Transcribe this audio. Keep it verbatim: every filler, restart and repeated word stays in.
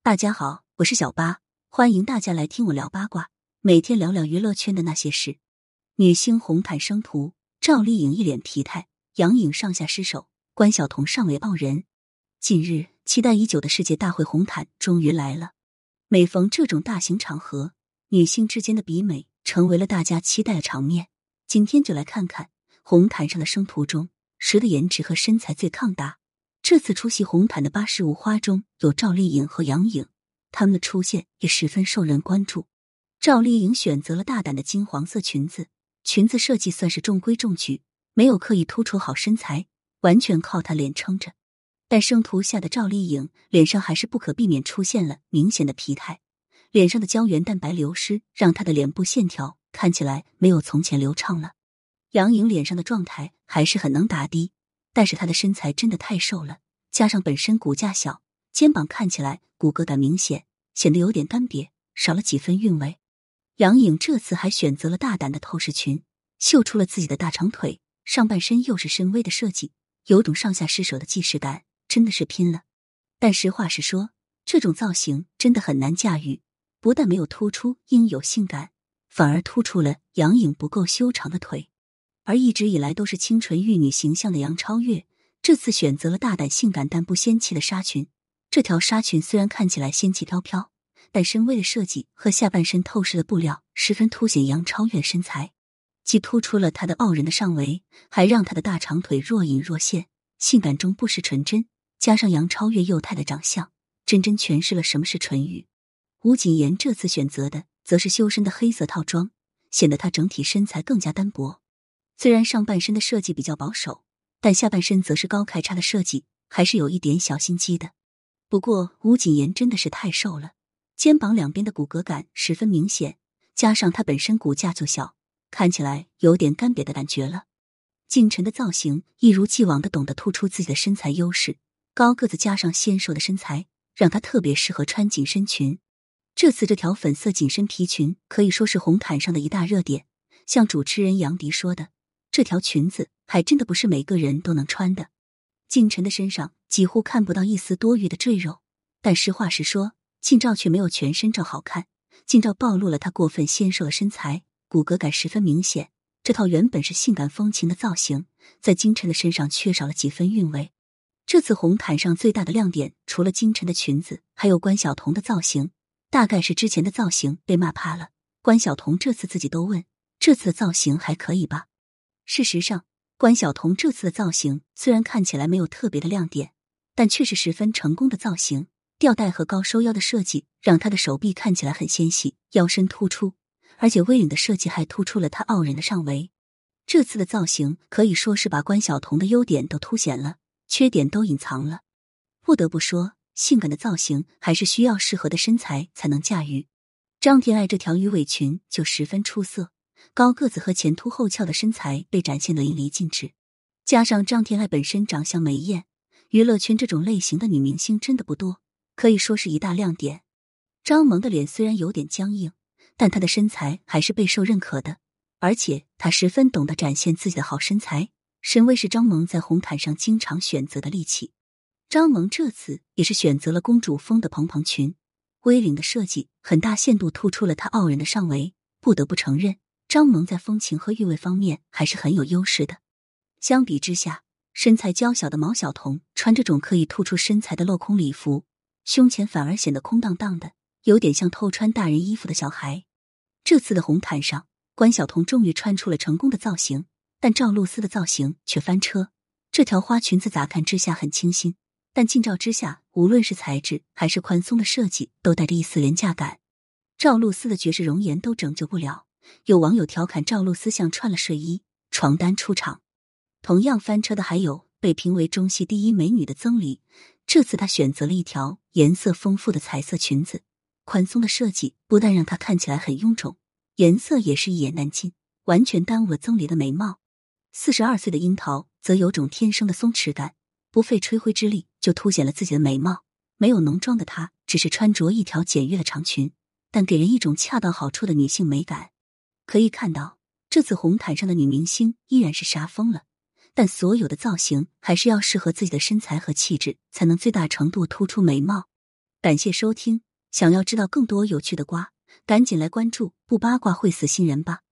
大家好，我是小八，欢迎大家来听我聊八卦，每天聊聊娱乐圈的那些事。女星红毯生图，赵丽颖一脸疲态，杨颖上下失手，关晓彤尚未傲人。近日，期待已久的世界大会红毯终于来了。每逢这种大型场合，女星之间的比美成为了大家期待的场面。今天就来看看红毯上的生图中，谁的颜值和身材最抗打。这次出席红毯的八十五花中有赵丽颖和杨颖，她们的出现也十分受人关注。赵丽颖选择了大胆的金黄色裙子，裙子设计算是中规中矩，没有刻意突出好身材，完全靠她脸撑着。但生图下的赵丽颖脸上还是不可避免出现了明显的疲态，脸上的胶原蛋白流失让她的脸部线条看起来没有从前流畅了。杨颖脸上的状态还是很能打的，但是她的身材真的太瘦了，加上本身骨架小，肩膀看起来骨骼感明显，显得有点干瘪，少了几分韵味。杨颖这次还选择了大胆的透视裙，秀出了自己的大长腿，上半身又是深 V 的设计，有种上下失手的既视感，真的是拼了。但实话实说，这种造型真的很难驾驭，不但没有突出应有性感，反而突出了杨颖不够修长的腿。而一直以来都是清纯玉女形象的杨超越，这次选择了大胆性感但不仙气的纱裙。这条纱裙虽然看起来仙气飘飘，但深 V 的设计和下半身透视的布料十分凸显杨超越身材，既突出了她的傲人的上围，还让她的大长腿若隐若现，性感中不失纯真。加上杨超越幼态的长相，真真诠释了什么是纯欲。吴谨言这次选择的则是修身的黑色套装，显得她整体身材更加单薄。虽然上半身的设计比较保守，但下半身则是高开叉的设计，还是有一点小心机的。不过吴谨言真的是太瘦了，肩膀两边的骨骼感十分明显，加上她本身骨架就小，看起来有点干瘪的感觉了。晋晨的造型一如既往的懂得突出自己的身材优势，高个子加上纤瘦的身材，让她特别适合穿紧身裙。这次这条粉色紧身皮裙可以说是红毯上的一大热点，像主持人杨迪说的，这条裙子还真的不是每个人都能穿的。晋晨的身上几乎看不到一丝多余的赘肉，但实话实说，近照却没有全身照好看，近照暴露了她过分纤瘦的身材，骨骼感十分明显。这套原本是性感风情的造型，在金晨的身上缺少了几分韵味。这次红毯上最大的亮点，除了金晨的裙子，还有关晓彤的造型。大概是之前的造型被骂怕了，关晓彤这次自己都问，这次的造型还可以吧？事实上，关晓彤这次的造型虽然看起来没有特别的亮点，但却是十分成功的造型。吊带和高收腰的设计让她的手臂看起来很纤细，腰身突出，而且 V 领的设计还突出了她傲人的上围。这次的造型可以说是把关晓彤的优点都凸显了，缺点都隐藏了。不得不说，性感的造型还是需要适合的身材才能驾驭。张天爱这条鱼尾裙就十分出色，高个子和前凸后翘的身材被展现得淋漓尽致，加上张天爱本身长相美艳，娱乐圈这种类型的女明星真的不多，可以说是一大亮点。张萌的脸虽然有点僵硬，但她的身材还是备受认可的，而且她十分懂得展现自己的好身材，深 V 是张萌在红毯上经常选择的利器。张萌这次也是选择了公主风的蓬蓬裙，V领的设计很大限度突出了她傲人的上围，不得不承认张萌在风情和韵味方面还是很有优势的。相比之下，身材娇小的毛晓彤穿这种可以突出身材的镂空礼服，胸前反而显得空荡荡的，有点像偷穿大人衣服的小孩。这次的红毯上，关晓彤终于穿出了成功的造型，但赵露思的造型却翻车。这条花裙子乍看之下很清新，但近照之下，无论是材质还是宽松的设计，都带着一丝廉价感。赵露思的绝世容颜都拯救不了，有网友调侃赵露思像穿了睡衣、床单出场。同样翻车的还有被评为中戏第一美女的曾黎，这次她选择了一条颜色丰富的彩色裙子，宽松的设计不但让她看起来很臃肿，颜色也是一言难尽，完全耽误了曾黎的美貌。四十二岁的樱桃则有种天生的松弛感，不费吹灰之力就凸显了自己的美貌。没有浓妆的她只是穿着一条简约的长裙，但给人一种恰到好处的女性美感。可以看到，这次红毯上的女明星依然是杀疯了，但所有的造型还是要适合自己的身材和气质，才能最大程度突出美貌。 感谢收听，想要知道更多有趣的瓜，赶紧来关注不八卦会死新人吧。